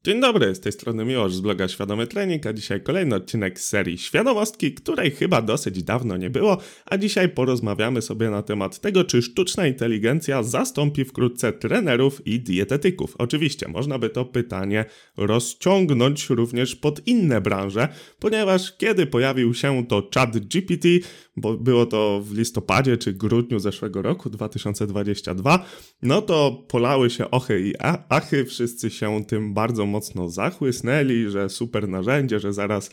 Dzień dobry, z tej strony Miłosz z bloga Świadomy Trening, a dzisiaj kolejny odcinek z serii Świadomostki, której chyba dosyć dawno nie było, a dzisiaj porozmawiamy sobie na temat tego, czy sztuczna inteligencja zastąpi wkrótce trenerów i dietetyków. Oczywiście, można by to pytanie rozciągnąć również pod inne branże, ponieważ kiedy pojawił się to ChatGPT, bo było to w listopadzie czy grudniu zeszłego roku, 2022, no to polały się ochy i achy, wszyscy się tym bardzo mocno zachłysnęli, że super narzędzie, że zaraz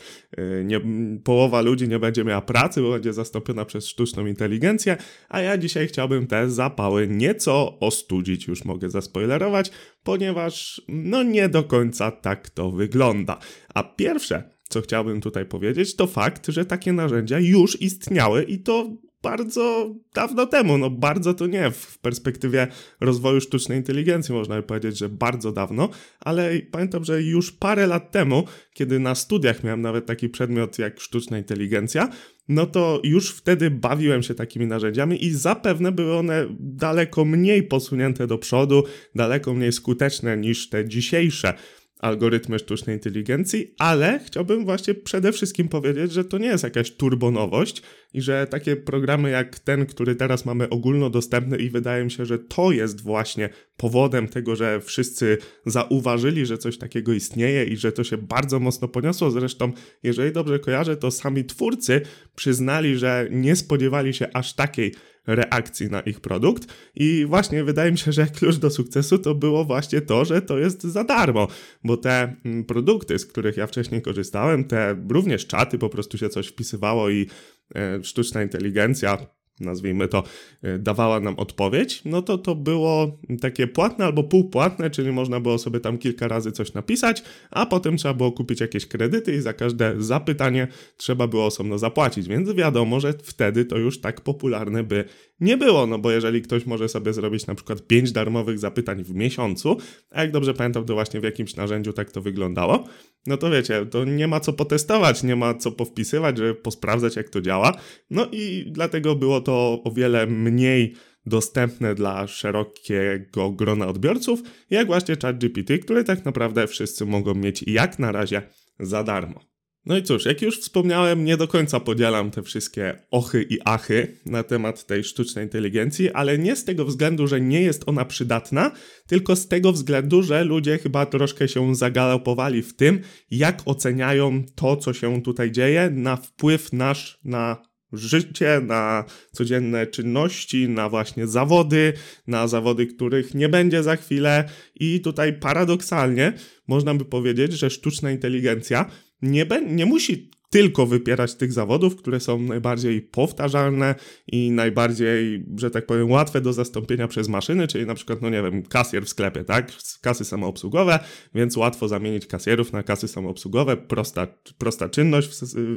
połowa ludzi nie będzie miała pracy, bo będzie zastąpiona przez sztuczną inteligencję, a ja dzisiaj chciałbym te zapały nieco ostudzić, już mogę zaspoilerować, ponieważ no nie do końca tak to wygląda. A pierwsze, co chciałbym tutaj powiedzieć, to fakt, że takie narzędzia już istniały i to bardzo dawno temu, no bardzo to nie, w perspektywie rozwoju sztucznej inteligencji można by powiedzieć, że bardzo dawno, ale pamiętam, że już parę lat temu, kiedy na studiach miałem nawet taki przedmiot jak sztuczna inteligencja, no to już wtedy bawiłem się takimi narzędziami i zapewne były one daleko mniej posunięte do przodu, daleko mniej skuteczne niż te dzisiejsze algorytmy sztucznej inteligencji, ale chciałbym właśnie przede wszystkim powiedzieć, że to nie jest jakaś turbonowość i że takie programy jak ten, który teraz mamy ogólnodostępny i wydaje mi się, że to jest właśnie powodem tego, że wszyscy zauważyli, że coś takiego istnieje i że to się bardzo mocno poniosło. Zresztą, jeżeli dobrze kojarzę, to sami twórcy przyznali, że nie spodziewali się aż takiej reakcji na ich produkt i właśnie wydaje mi się, że klucz do sukcesu to było właśnie to, że to jest za darmo, bo te produkty, z których ja wcześniej korzystałem, te również czaty, po prostu się coś wpisywało i sztuczna inteligencja, nazwijmy to, dawała nam odpowiedź, no to było takie płatne albo półpłatne, czyli można było sobie tam kilka razy coś napisać, a potem trzeba było kupić jakieś kredyty i za każde zapytanie trzeba było osobno zapłacić, więc wiadomo, że wtedy to już tak popularne by nie było, no bo jeżeli ktoś może sobie zrobić na przykład 5 darmowych zapytań w miesiącu, a jak dobrze pamiętam, to właśnie w jakimś narzędziu tak to wyglądało, no to wiecie, to nie ma co potestować, nie ma co powpisywać, żeby posprawdzać jak to działa, no i dlatego było to o wiele mniej dostępne dla szerokiego grona odbiorców, jak właśnie ChatGPT, który tak naprawdę wszyscy mogą mieć jak na razie za darmo. No i cóż, jak już wspomniałem, nie do końca podzielam te wszystkie ochy i achy na temat tej sztucznej inteligencji, ale nie z tego względu, że nie jest ona przydatna, tylko z tego względu, że ludzie chyba troszkę się zagalopowali w tym, jak oceniają to, co się tutaj dzieje, na wpływ nasz na życie, na codzienne czynności, na właśnie zawody, na zawody, których nie będzie za chwilę i tutaj paradoksalnie można by powiedzieć, że sztuczna inteligencja nie musi tylko wypierać tych zawodów, które są najbardziej powtarzalne i najbardziej, że tak powiem, łatwe do zastąpienia przez maszyny, czyli na przykład, no nie wiem, kasjer w sklepie, tak? Kasy samoobsługowe, więc łatwo zamienić kasjerów na kasy samoobsługowe, prosta czynność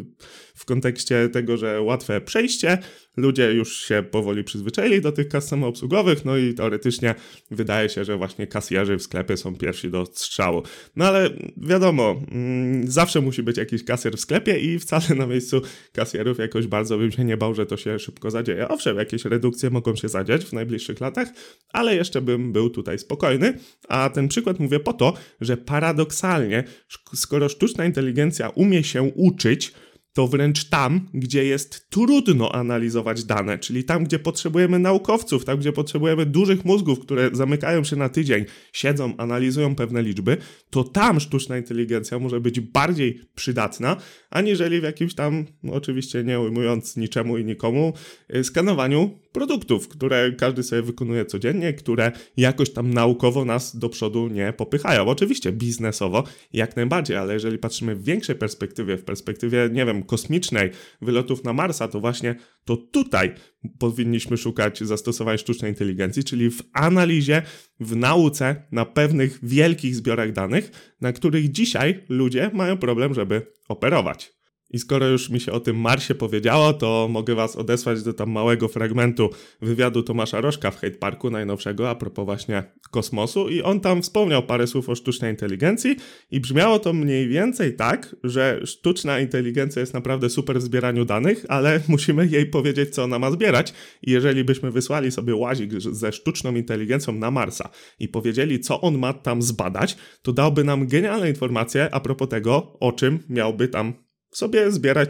w kontekście tego, że łatwe przejście, ludzie już się powoli przyzwyczaili do tych kas samoobsługowych, no i teoretycznie wydaje się, że właśnie kasjerzy w sklepie są pierwsi do strzału. No ale wiadomo, zawsze musi być jakiś kasjer w sklepie i wcale na miejscu kasjerów jakoś bardzo bym się nie bał, że to się szybko zadzieje. Owszem, jakieś redukcje mogą się zadziać w najbliższych latach, ale jeszcze bym był tutaj spokojny, a ten przykład mówię po to, że paradoksalnie, skoro sztuczna inteligencja umie się uczyć, to wręcz tam, gdzie jest trudno analizować dane, czyli tam, gdzie potrzebujemy naukowców, tam, gdzie potrzebujemy dużych mózgów, które zamykają się na tydzień, siedzą, analizują pewne liczby, to tam sztuczna inteligencja może być bardziej przydatna, aniżeli w jakimś tam, no oczywiście nie ujmując niczemu i nikomu, skanowaniu produktów, które każdy sobie wykonuje codziennie, które jakoś tam naukowo nas do przodu nie popychają. Oczywiście biznesowo jak najbardziej, ale jeżeli patrzymy w większej perspektywie, w perspektywie, nie wiem, kosmicznej, wylotów na Marsa, to właśnie to tutaj powinniśmy szukać zastosowań sztucznej inteligencji, czyli w analizie, w nauce na pewnych wielkich zbiorach danych, na których dzisiaj ludzie mają problem, żeby operować. I skoro już mi się o tym Marsie powiedziało, to mogę was odesłać do tam małego fragmentu wywiadu Tomasza Rożka w Hate Parku najnowszego a propos właśnie kosmosu i on tam wspomniał parę słów o sztucznej inteligencji i brzmiało to mniej więcej tak, że sztuczna inteligencja jest naprawdę super w zbieraniu danych, ale musimy jej powiedzieć, co ona ma zbierać i jeżeli byśmy wysłali sobie łazik ze sztuczną inteligencją na Marsa i powiedzieli, co on ma tam zbadać, to dałby nam genialne informacje a propos tego, o czym miałby tam sobie zbierać,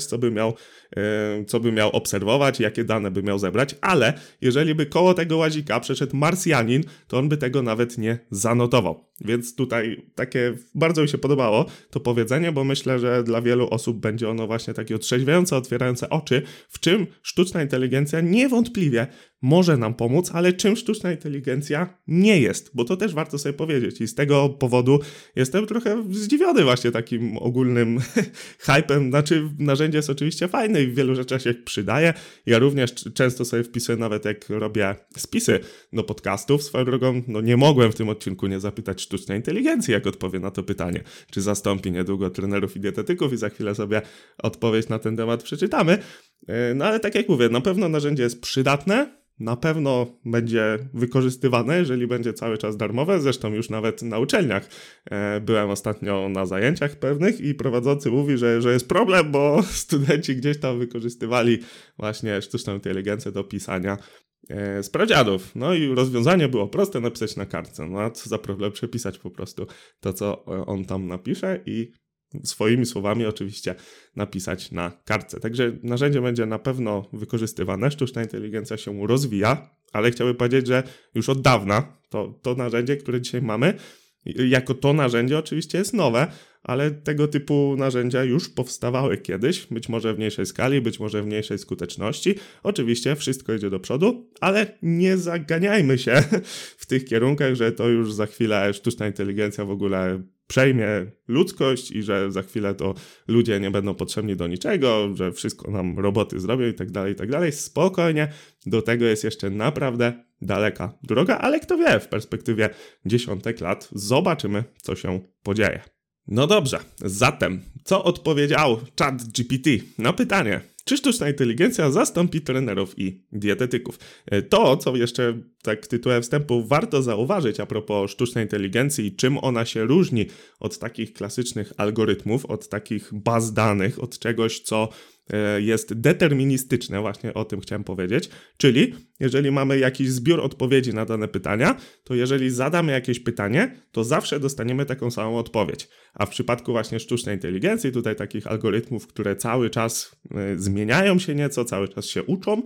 co by miał obserwować, jakie dane by miał zebrać, ale jeżeli by koło tego łazika przeszedł Marsjanin, to on by tego nawet nie zanotował. Więc tutaj takie bardzo mi się podobało to powiedzenie, bo myślę, że dla wielu osób będzie ono właśnie takie otrzeźwiające, otwierające oczy, w czym sztuczna inteligencja niewątpliwie może nam pomóc, ale czym sztuczna inteligencja nie jest, bo to też warto sobie powiedzieć i z tego powodu jestem trochę zdziwiony właśnie takim ogólnym hypem, znaczy narzędzie jest oczywiście fajne i w wielu rzeczach się przydaje, ja również często sobie wpisuję nawet jak robię spisy do podcastów, swoją drogą nie mogłem w tym odcinku nie zapytać sztucznej inteligencji, jak odpowie na to pytanie, czy zastąpi niedługo trenerów i dietetyków i za chwilę sobie odpowiedź na ten temat przeczytamy, no ale tak jak mówię, na pewno narzędzie jest przydatne, na pewno będzie wykorzystywane, jeżeli będzie cały czas darmowe. Zresztą już nawet na uczelniach byłem ostatnio na zajęciach pewnych i prowadzący mówi, że jest problem, bo studenci gdzieś tam wykorzystywali właśnie sztuczną inteligencję do pisania sprawdzianów. No i rozwiązanie było proste, napisać na kartce. No a co za problem przepisać po prostu to, co on tam napisze i swoimi słowami oczywiście napisać na kartce. Także narzędzie będzie na pewno wykorzystywane, sztuczna inteligencja się rozwija, ale chciałbym powiedzieć, że już od dawna to narzędzie, które dzisiaj mamy, jako to narzędzie oczywiście jest nowe, ale tego typu narzędzia już powstawały kiedyś, być może w mniejszej skali, być może w mniejszej skuteczności. Oczywiście wszystko idzie do przodu, ale nie zaganiajmy się w tych kierunkach, że to już za chwilę sztuczna inteligencja w ogóle przejmie ludzkość i że za chwilę to ludzie nie będą potrzebni do niczego, że wszystko nam roboty zrobią i tak dalej, i tak dalej. Spokojnie, do tego jest jeszcze naprawdę daleka droga, ale kto wie, w perspektywie dziesiątek lat zobaczymy, co się podzieje. No dobrze, zatem co odpowiedział ChatGPT na pytanie, czy sztuczna inteligencja zastąpi trenerów i dietetyków? To, co jeszcze tak tytułem wstępu warto zauważyć a propos sztucznej inteligencji i czym ona się różni od takich klasycznych algorytmów, od takich baz danych, od czegoś, co jest deterministyczne, właśnie o tym chciałem powiedzieć, czyli jeżeli mamy jakiś zbiór odpowiedzi na dane pytania, to jeżeli zadamy jakieś pytanie, to zawsze dostaniemy taką samą odpowiedź. A w przypadku właśnie sztucznej inteligencji, tutaj takich algorytmów, które cały czas zmieniają się nieco, cały czas się uczą,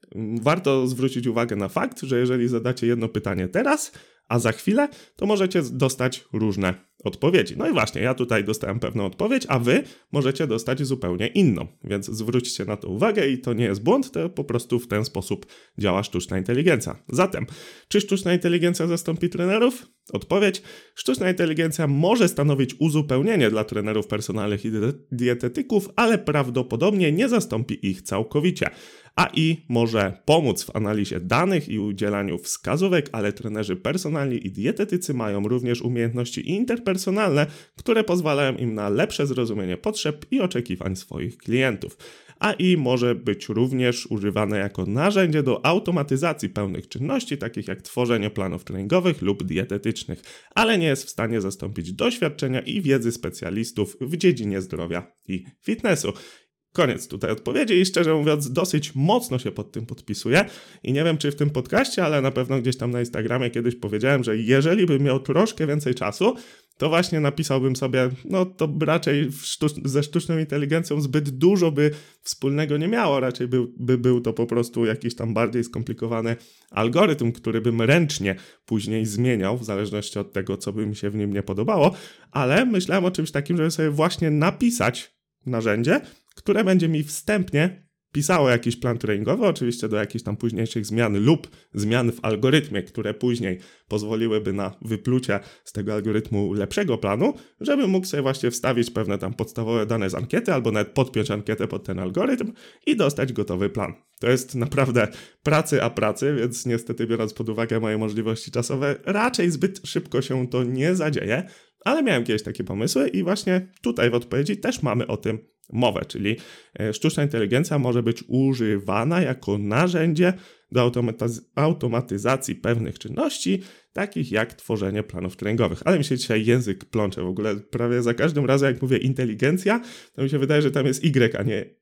warto zwrócić uwagę na fakt, że jeżeli zadacie jedno pytanie teraz, a za chwilę, to możecie dostać różne odpowiedzi. No i właśnie, ja tutaj dostałem pewną odpowiedź, a wy możecie dostać zupełnie inną, więc zwróćcie na to uwagę i to nie jest błąd, to po prostu w ten sposób działa sztuczna inteligencja. Zatem, czy sztuczna inteligencja zastąpi trenerów? Odpowiedź, sztuczna inteligencja może stanowić uzupełnienie dla trenerów personalnych i dietetyków, ale prawdopodobnie nie zastąpi ich całkowicie. AI może pomóc w analizie danych i udzielaniu wskazówek, ale trenerzy personalni i dietetycy mają również umiejętności interpersonalne, które pozwalają im na lepsze zrozumienie potrzeb i oczekiwań swoich klientów. AI może być również używane jako narzędzie do automatyzacji pełnych czynności, takich jak tworzenie planów treningowych lub dietetycznych, ale nie jest w stanie zastąpić doświadczenia i wiedzy specjalistów w dziedzinie zdrowia i fitnessu. Koniec tutaj odpowiedzi i szczerze mówiąc dosyć mocno się pod tym podpisuję i nie wiem czy w tym podcaście, ale na pewno gdzieś tam na Instagramie kiedyś powiedziałem, że jeżeli bym miał troszkę więcej czasu, to właśnie napisałbym sobie, no to raczej ze sztuczną inteligencją zbyt dużo by wspólnego nie miało, raczej był to po prostu jakiś tam bardziej skomplikowany algorytm, który bym ręcznie później zmieniał, w zależności od tego, co by mi się w nim nie podobało, ale myślałem o czymś takim, żeby sobie właśnie napisać narzędzie, które będzie mi wstępnie pisało jakiś plan treningowy, oczywiście do jakichś tam późniejszych zmian lub zmian w algorytmie, które później pozwoliłyby na wyplucie z tego algorytmu lepszego planu, żebym mógł sobie właśnie wstawić pewne tam podstawowe dane z ankiety albo nawet podpiąć ankietę pod ten algorytm i dostać gotowy plan. To jest naprawdę pracy, więc niestety biorąc pod uwagę moje możliwości czasowe, raczej zbyt szybko się to nie zadzieje, ale miałem kiedyś takie pomysły i właśnie tutaj w odpowiedzi też mamy o tym mowę, czyli sztuczna inteligencja może być używana jako narzędzie do automatyzacji pewnych czynności, takich jak tworzenie planów treningowych. Ale mi się dzisiaj język plącze w ogóle. Prawie za każdym razem, jak mówię inteligencja, to mi się wydaje, że tam jest Y,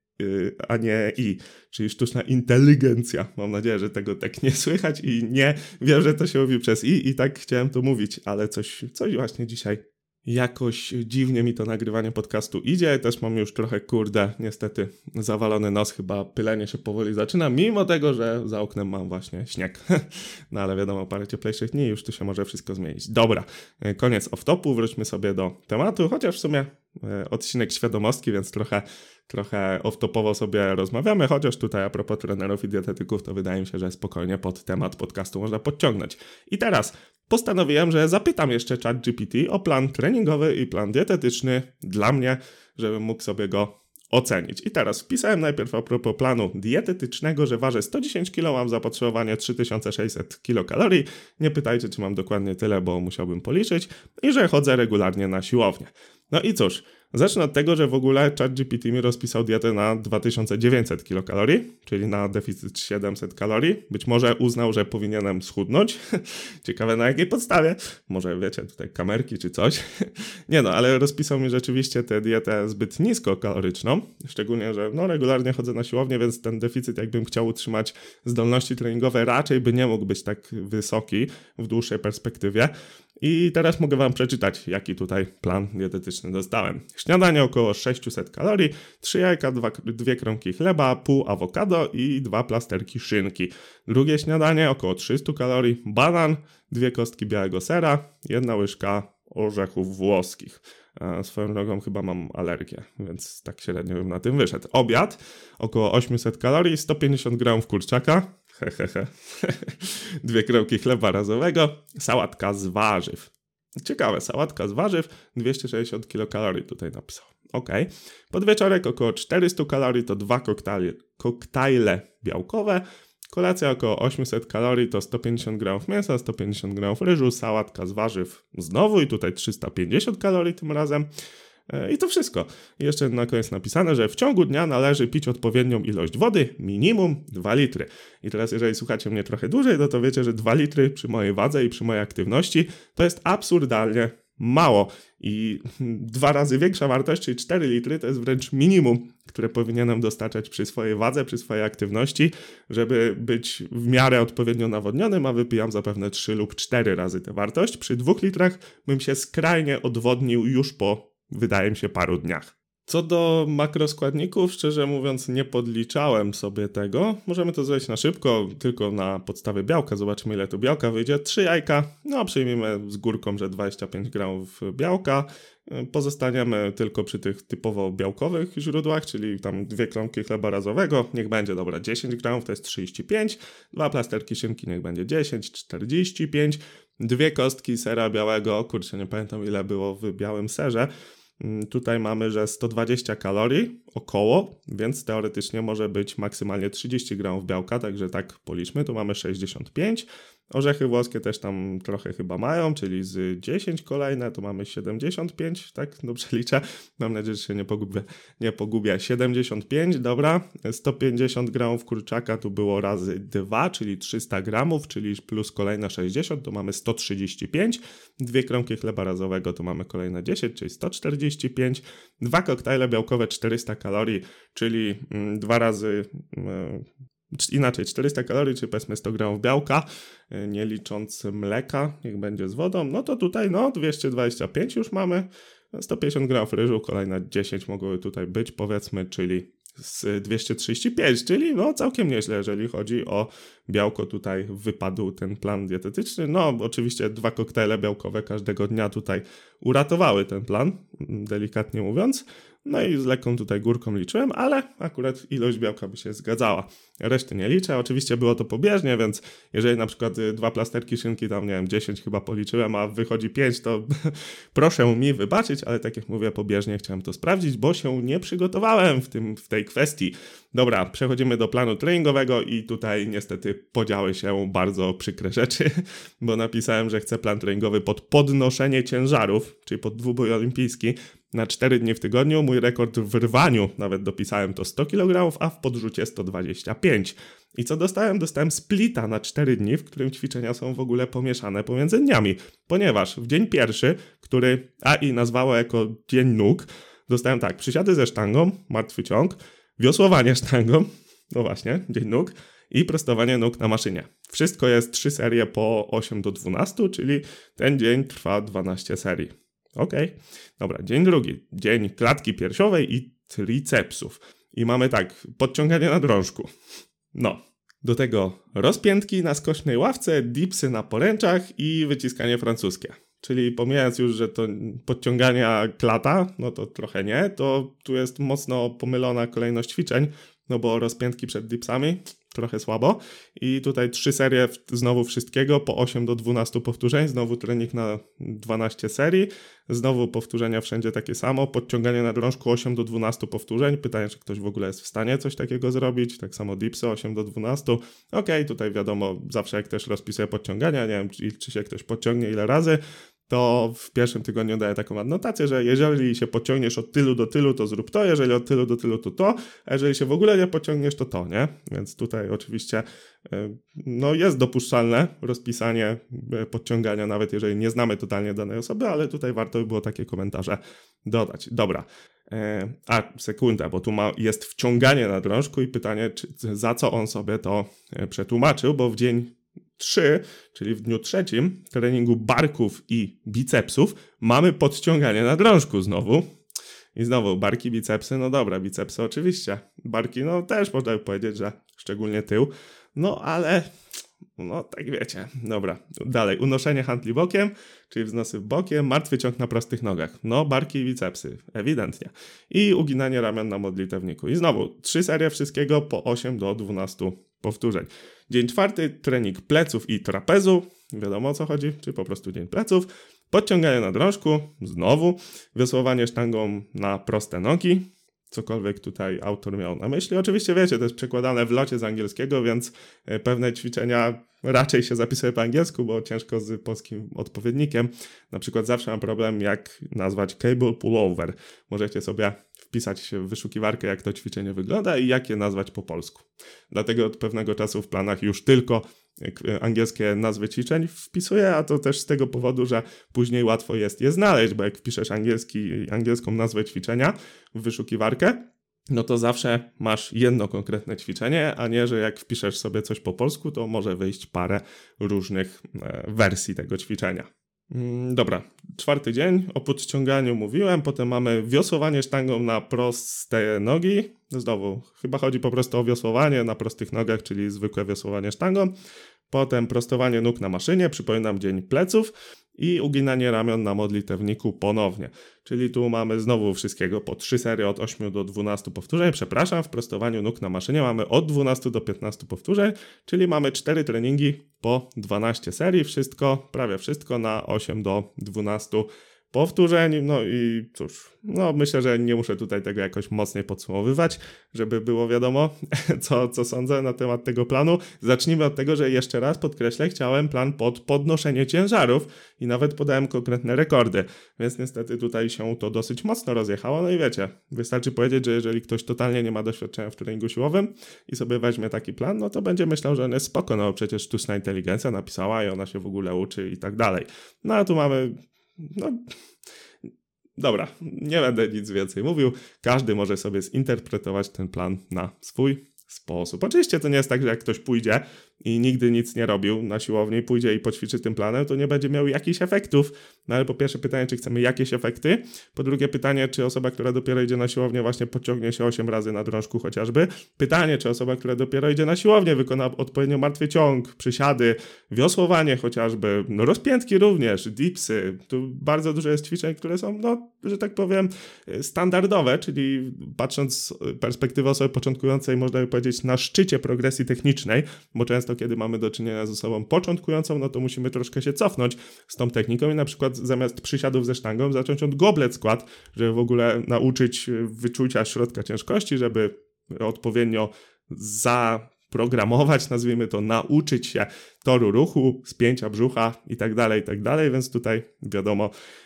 a nie I, czyli sztuczna inteligencja. Mam nadzieję, że tego tak nie słychać i nie wiem, że to się mówi przez I tak chciałem to mówić, ale coś właśnie dzisiaj jakoś dziwnie mi to nagrywanie podcastu idzie. Też mam już trochę, niestety zawalony nos, chyba pylenie się powoli zaczyna, mimo tego, że za oknem mam właśnie śnieg. No ale wiadomo, parę cieplejszych dni, już tu się może wszystko zmienić. Dobra, koniec off-topu, wróćmy sobie do tematu, chociaż w sumie odcinek świadomostki, więc trochę off-topowo sobie rozmawiamy, chociaż tutaj a propos trenerów i dietetyków, to wydaje mi się, że spokojnie pod temat podcastu można podciągnąć. I teraz postanowiłem, że zapytam jeszcze ChatGPT o plan treningowy i plan dietetyczny dla mnie, żebym mógł sobie go ocenić. I teraz wpisałem najpierw a propos planu dietetycznego, że ważę 110 kg, mam zapotrzebowanie 3600 kilokalorii. Nie pytajcie, czy mam dokładnie tyle, bo musiałbym policzyć. I że chodzę regularnie na siłownię. No i cóż, zacznę od tego, że w ogóle ChatGPT mi rozpisał dietę na 2900 kilokalorii, czyli na deficyt 700 kalorii. Być może uznał, że powinienem schudnąć. Ciekawe na jakiej podstawie. Może wiecie, tutaj kamerki czy coś. Nie no, ale rozpisał mi rzeczywiście tę dietę zbyt niskokaloryczną. Szczególnie, że regularnie chodzę na siłownię, więc ten deficyt, jakbym chciał utrzymać zdolności treningowe, raczej by nie mógł być tak wysoki w dłuższej perspektywie. I teraz mogę wam przeczytać, jaki tutaj plan dietetyczny dostałem. Śniadanie około 600 kalorii, 3 jajka, 2 kromki chleba, pół awokado i 2 plasterki szynki. Drugie śniadanie około 300 kalorii, banan, 2 kostki białego sera, 1 łyżka orzechów włoskich. Swoją drogą chyba mam alergię, więc tak średnio bym na tym wyszedł. Obiad około 800 kalorii, 150 gramów kurczaka, 2 kromki chleba razowego, sałatka z warzyw. Ciekawe, sałatka z warzyw, 260 kilokalorii tutaj napisał. Ok. Podwieczorek około 400 kalorii to 2 koktajle białkowe. Kolacja około 800 kalorii to 150 gramów mięsa, 150 gramów ryżu, sałatka z warzyw znowu i tutaj 350 kalorii tym razem. I to wszystko. I jeszcze na koniec napisane, że w ciągu dnia należy pić odpowiednią ilość wody, minimum 2 litry. I teraz jeżeli słuchacie mnie trochę dłużej, to wiecie, że 2 litry przy mojej wadze i przy mojej aktywności to jest absurdalnie mało. I 2 razy większa wartość, czyli 4 litry, to jest wręcz minimum, które powinienem dostarczać przy swojej wadze, przy swojej aktywności, żeby być w miarę odpowiednio nawodnionym, a wypijam zapewne 3 lub 4 razy tę wartość. Przy 2 litrach bym się skrajnie odwodnił już po, wydaje mi się, paru dniach. Co do makroskładników, szczerze mówiąc nie podliczałem sobie tego. Możemy to zrobić na szybko, tylko na podstawie białka. Zobaczymy, ile tu białka wyjdzie. 3 jajka, przyjmijmy z górką, że 25 gramów białka. Pozostaniemy tylko przy tych typowo białkowych źródłach, czyli tam 2 kromki chleba razowego, niech będzie, 10 gramów to jest 35, 2 plasterki szynki niech będzie 10, 45, 2 kostki sera białego, nie pamiętam ile było w białym serze. Tutaj mamy, że 120 kalorii około, więc teoretycznie może być maksymalnie 30 gramów białka, także tak policzmy, tu mamy 65. Orzechy włoskie też tam trochę chyba mają, czyli z 10 kolejne, tu mamy 75, tak? Dobrze liczę. Mam nadzieję, że się nie pogubię. 75, dobra. 150 gramów kurczaka tu było razy 2, czyli 300 gramów, czyli plus kolejne 60, to mamy 135. 2 kromki chleba razowego to mamy kolejne 10, czyli 145. 2 koktajle białkowe 400 kalorii, czyli 2 razy... Inaczej, 400 kalorii, czy powiedzmy 100 gramów białka, nie licząc mleka, niech będzie z wodą, no to tutaj 225 już mamy, 150 gramów ryżu, kolejne 10 mogły tutaj być, powiedzmy, czyli z 235, czyli całkiem nieźle, jeżeli chodzi o białko, tutaj wypadł ten plan dietetyczny. Oczywiście 2 koktajle białkowe każdego dnia tutaj uratowały ten plan, delikatnie mówiąc. I z lekką tutaj górką liczyłem, ale akurat ilość białka by się zgadzała. Reszty nie liczę, oczywiście było to pobieżnie, więc jeżeli na przykład 2 plasterki szynki, tam 10 chyba policzyłem, a wychodzi 5, to proszę mi wybaczyć, ale tak jak mówię, pobieżnie chciałem to sprawdzić, bo się nie przygotowałem w tej kwestii. Dobra, przechodzimy do planu treningowego i tutaj niestety podziały się bardzo przykre rzeczy, bo napisałem, że chcę plan treningowy pod podnoszenie ciężarów, czyli pod dwubój olimpijski na 4 dni w tygodniu. Mój rekord w rwaniu, nawet dopisałem to 100 kg, a w podrzucie 125. I co dostałem? Dostałem splita na 4 dni, w którym ćwiczenia są w ogóle pomieszane pomiędzy dniami, ponieważ w dzień pierwszy, który AI nazwało jako dzień nóg, dostałem tak, przysiady ze sztangą, martwy ciąg, wiosłowanie sztangą, no właśnie, dzień nóg i prostowanie nóg na maszynie. Wszystko jest 3 serie po 8 do 12, czyli ten dzień trwa 12 serii. Okej. Dobra, dzień drugi, dzień klatki piersiowej i tricepsów. I mamy tak, podciąganie na drążku. No, do tego rozpiętki na skocznej ławce, dipsy na poręczach i wyciskanie francuskie. Czyli pomijając już, że to podciągania klata, no to trochę nie, to tu jest mocno pomylona kolejność ćwiczeń, no bo rozpiętki przed dipsami trochę słabo i tutaj 3 serie znowu wszystkiego po 8 do 12 powtórzeń, znowu trening na 12 serii, znowu powtórzenia wszędzie takie samo, podciąganie na drążku 8 do 12 powtórzeń, pytanie czy ktoś w ogóle jest w stanie coś takiego zrobić, tak samo dipsy 8 do 12, okej, tutaj wiadomo, zawsze jak też rozpisuję podciągania, nie wiem czy się ktoś podciągnie ile razy, to w pierwszym tygodniu daję taką adnotację, że jeżeli się podciągniesz od tylu do tylu, to zrób to, jeżeli od tylu do tylu, to, a jeżeli się w ogóle nie podciągniesz, to, nie? Więc tutaj oczywiście no jest dopuszczalne rozpisanie podciągania, nawet jeżeli nie znamy totalnie danej osoby, ale tutaj warto by było takie komentarze dodać. Dobra. Sekunda, bo tu jest wciąganie na drążku i pytanie, za co on sobie to przetłumaczył, bo w dzień 3, czyli w dniu trzecim treningu barków i bicepsów mamy podciąganie na drążku znowu. I znowu barki, bicepsy, no dobra, bicepsy oczywiście. Barki, no też można by powiedzieć, że szczególnie tył. No ale, no tak wiecie. Dobra, dalej. Unoszenie handli bokiem, czyli wznosy bokiem, martwy ciąg na prostych nogach. No barki i bicepsy, ewidentnie. I uginanie ramion na modlitewniku. I znowu 3 serie wszystkiego po 8 do 12 powtórzeń. Dzień czwarty, trening pleców i trapezu. Wiadomo o co chodzi, czy po prostu dzień pleców. Podciąganie na drążku, znowu. Wiosłowanie sztangą na proste nogi. Cokolwiek tutaj autor miał na myśli. Oczywiście wiecie, to jest przekładane w locie z angielskiego, więc pewne ćwiczenia raczej się zapisuje po angielsku, bo ciężko z polskim odpowiednikiem. Na przykład zawsze mam problem, jak nazwać cable pullover. Możecie sobie wpisać w wyszukiwarkę, jak to ćwiczenie wygląda i jak je nazwać po polsku. Dlatego od pewnego czasu w planach już tylko angielskie nazwy ćwiczeń wpisuję, a to też z tego powodu, że później łatwo jest je znaleźć, bo jak wpiszesz angielską nazwę ćwiczenia w wyszukiwarkę, no to zawsze masz jedno konkretne ćwiczenie, a nie, że jak wpiszesz sobie coś po polsku, to może wyjść parę różnych wersji tego ćwiczenia. Dobra, czwarty dzień, o podciąganiu mówiłem, potem mamy wiosłowanie sztangą na proste nogi, znowu chyba chodzi po prostu o wiosłowanie na prostych nogach, czyli zwykłe wiosłowanie sztangą, potem prostowanie nóg na maszynie, przypominam dzień pleców i uginanie ramion na modlitewniku ponownie, czyli tu mamy znowu wszystkiego po 3 serie od 8 do 12 powtórzeń, w prostowaniu nóg na maszynie mamy od 12 do 15 powtórzeń, czyli mamy 4 treningi po 12 serii, prawie wszystko na 8 do 12 powtórzeń, no i cóż, no myślę, że nie muszę tutaj tego jakoś mocniej podsumowywać, żeby było wiadomo, co sądzę na temat tego planu. Zacznijmy od tego, że jeszcze raz podkreślę, chciałem plan pod podnoszenie ciężarów i nawet podałem konkretne rekordy, więc niestety tutaj się to dosyć mocno rozjechało, no i wiecie, wystarczy powiedzieć, że jeżeli ktoś totalnie nie ma doświadczenia w treningu siłowym i sobie weźmie taki plan, no to będzie myślał, że on jest spoko, no przecież sztuczna inteligencja napisała i ona się w ogóle uczy i tak dalej. No a tu mamy no, dobra, nie będę nic więcej mówił. Każdy może sobie zinterpretować ten plan na swój sposób. Oczywiście to nie jest tak, że jak ktoś pójdzie i nigdy nic nie robił na siłowni, pójdzie i poćwiczy tym planem, to nie będzie miał jakichś efektów. No ale po pierwsze pytanie, czy chcemy jakieś efekty. Po drugie pytanie, czy osoba, która dopiero idzie na siłownię właśnie podciągnie się 8 razy na drążku chociażby. Pytanie, czy osoba, która dopiero idzie na siłownię wykona odpowiednio martwy ciąg, przysiady, wiosłowanie chociażby, no rozpiętki również, dipsy. Tu bardzo dużo jest ćwiczeń, które są, no, że tak powiem, standardowe, czyli patrząc z perspektywy osoby początkującej, można by powiedzieć na szczycie progresji technicznej, bo często kiedy mamy do czynienia z osobą początkującą, no to musimy troszkę się cofnąć z tą techniką i na przykład zamiast przysiadów ze sztangą zacząć od goblet skład, żeby w ogóle nauczyć wyczucia środka ciężkości, żeby odpowiednio zaprogramować, nazwijmy to, nauczyć się toru ruchu, spięcia brzucha i tak dalej, więc tutaj wiadomo,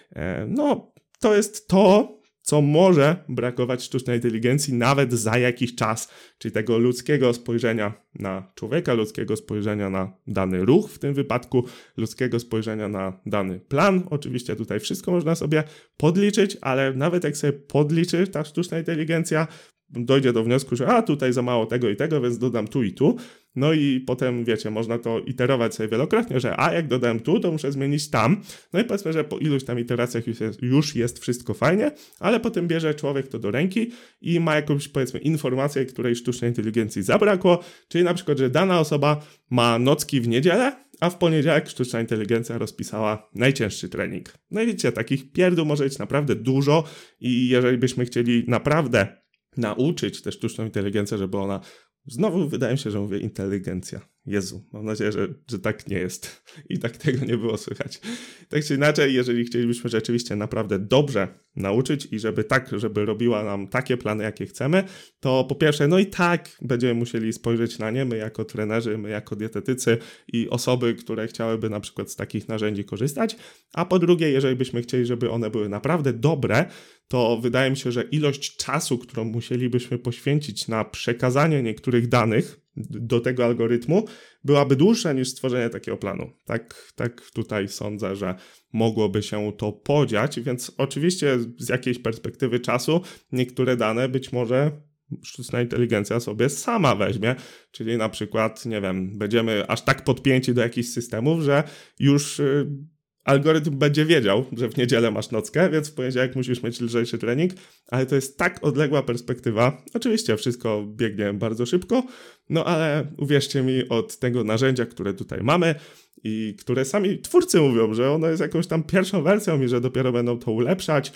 to jest to, co może brakować sztucznej inteligencji nawet za jakiś czas, czyli tego ludzkiego spojrzenia na człowieka, ludzkiego spojrzenia na dany ruch, w tym wypadku ludzkiego spojrzenia na dany plan. Oczywiście tutaj wszystko można sobie podliczyć, ale nawet jak sobie podliczy ta sztuczna inteligencja, dojdzie do wniosku, że tutaj za mało tego i tego, więc dodam tu i tu. No i potem, wiecie, można to iterować sobie wielokrotnie, że jak dodałem tu, to muszę zmienić tam. No i powiedzmy, że po iluś tam iteracjach już jest wszystko fajnie, ale potem bierze człowiek to do ręki i ma jakąś, powiedzmy, informację, której sztucznej inteligencji zabrakło, czyli na przykład, że dana osoba ma nocki w niedzielę, a w poniedziałek sztuczna inteligencja rozpisała najcięższy trening. No i wiecie, takich pierdół może być naprawdę dużo i jeżeli byśmy chcieli naprawdę nauczyć tę sztuczną inteligencję, żeby ona... Znowu wydaje mi się, że mówię inteligencja. Jezu, mam nadzieję, że tak nie jest i tak tego nie było słychać. Tak czy inaczej, jeżeli chcielibyśmy rzeczywiście naprawdę dobrze nauczyć i żeby robiła nam takie plany, jakie chcemy, to po pierwsze, no i tak będziemy musieli spojrzeć na nie, my jako trenerzy, my jako dietetycy i osoby, które chciałyby na przykład z takich narzędzi korzystać, a po drugie, jeżeli byśmy chcieli, żeby one były naprawdę dobre, to wydaje mi się, że ilość czasu, którą musielibyśmy poświęcić na przekazanie niektórych danych do tego algorytmu, byłaby dłuższa niż stworzenie takiego planu. Tak tutaj sądzę, że mogłoby się to podziać, więc oczywiście z jakiejś perspektywy czasu niektóre dane być może sztuczna inteligencja sobie sama weźmie, czyli na przykład, nie wiem, będziemy aż tak podpięci do jakichś systemów, że już algorytm będzie wiedział, że w niedzielę masz nockę, więc w poniedziałek musisz mieć lżejszy trening, ale to jest tak odległa perspektywa. Oczywiście wszystko biegnie bardzo szybko, no ale uwierzcie mi, od tego narzędzia, które tutaj mamy i które sami twórcy mówią, że ono jest jakąś tam pierwszą wersją i że dopiero będą to ulepszać,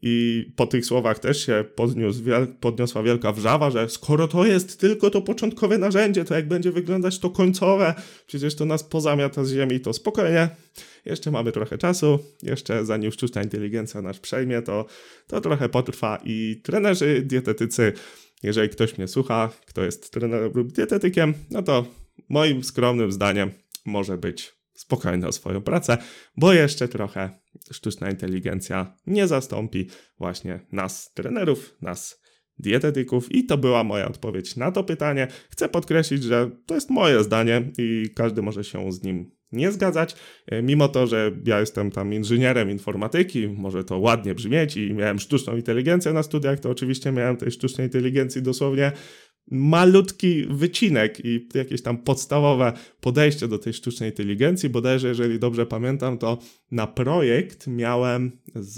i po tych słowach też się podniosła wielka wrzawa, że skoro to jest tylko to początkowe narzędzie, to jak będzie wyglądać to końcowe, przecież to nas pozamiata z ziemi, to spokojnie, jeszcze mamy trochę czasu, jeszcze zanim sztuczna inteligencja nas przejmie, to trochę potrwa i trenerzy, dietetycy, jeżeli ktoś mnie słucha, kto jest trenerem lub dietetykiem, no to moim skromnym zdaniem może być spokojny o swoją pracę, bo jeszcze trochę sztuczna inteligencja nie zastąpi właśnie nas trenerów, nas dietetyków i to była moja odpowiedź na to pytanie. Chcę podkreślić, że to jest moje zdanie i każdy może się z nim nie zgadzać, mimo to, że ja jestem tam inżynierem informatyki, może to ładnie brzmieć i miałem sztuczną inteligencję na studiach, to oczywiście miałem tej sztucznej inteligencji dosłownie malutki wycinek i jakieś tam podstawowe podejście do tej sztucznej inteligencji, bodajże, jeżeli dobrze pamiętam, to na projekt miałem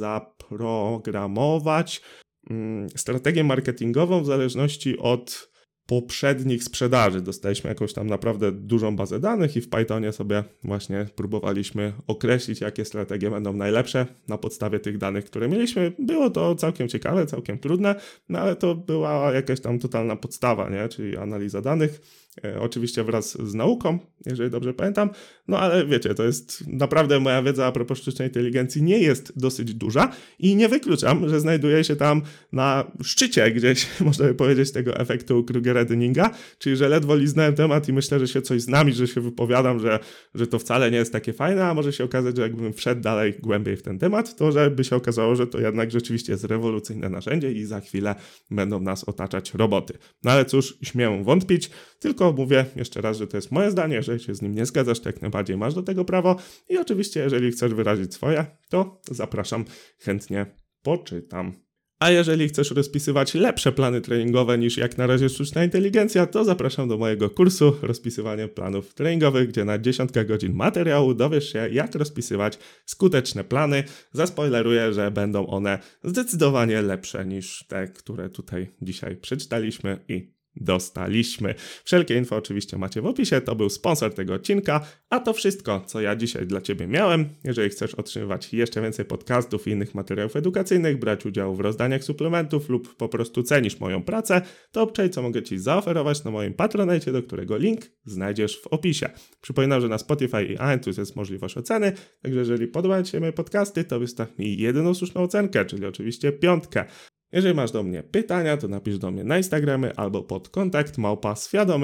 zaprogramować strategię marketingową w zależności od poprzednich sprzedaży. Dostaliśmy jakąś tam naprawdę dużą bazę danych i w Pythonie sobie właśnie próbowaliśmy określić, jakie strategie będą najlepsze na podstawie tych danych, które mieliśmy. Było to całkiem ciekawe, całkiem trudne, no ale to była jakaś tam totalna podstawa, nie? Czyli analiza danych, oczywiście wraz z nauką, jeżeli dobrze pamiętam, no ale wiecie, to jest naprawdę moja wiedza a propos sztucznej inteligencji nie jest dosyć duża i nie wykluczam, że znajduje się tam na szczycie gdzieś, można by powiedzieć, tego efektu Krugera-Dynninga, czyli że ledwo liznąłem temat i myślę, że się coś znam, że się wypowiadam, że to wcale nie jest takie fajne, a może się okazać, że jakbym wszedł dalej głębiej w ten temat, to żeby się okazało, że to jednak rzeczywiście jest rewolucyjne narzędzie i za chwilę będą nas otaczać roboty. No ale cóż, śmiem wątpić, tylko mówię jeszcze raz, że to jest moje zdanie, jeżeli się z nim nie zgadzasz, to jak najbardziej masz do tego prawo i oczywiście jeżeli chcesz wyrazić swoje, to zapraszam, chętnie poczytam. A jeżeli chcesz rozpisywać lepsze plany treningowe niż jak na razie sztuczna inteligencja, to zapraszam do mojego kursu Rozpisywanie planów treningowych, gdzie na 10 godzin materiału dowiesz się, jak rozpisywać skuteczne plany. Zaspoileruję, że będą one zdecydowanie lepsze niż te, które tutaj dzisiaj przeczytaliśmy i dostaliśmy. Wszelkie info oczywiście macie w opisie, to był sponsor tego odcinka, a to wszystko, co ja dzisiaj dla Ciebie miałem. Jeżeli chcesz otrzymywać jeszcze więcej podcastów i innych materiałów edukacyjnych, brać udział w rozdaniach suplementów lub po prostu cenisz moją pracę, to obczaj, co mogę Ci zaoferować na moim Patronite, do którego link znajdziesz w opisie. Przypominam, że na Spotify i iTunes jest możliwość oceny, także jeżeli podobają Ci się moje podcasty, to wystaw mi jedyną słuszną ocenkę, czyli oczywiście 5. Jeżeli masz do mnie pytania, to napisz do mnie na Instagramie albo pod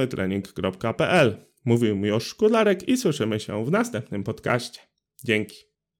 kontakt@świadomytrening.pl. Mówił Miłosz Szkudlarek i słyszymy się w następnym podcaście. Dzięki.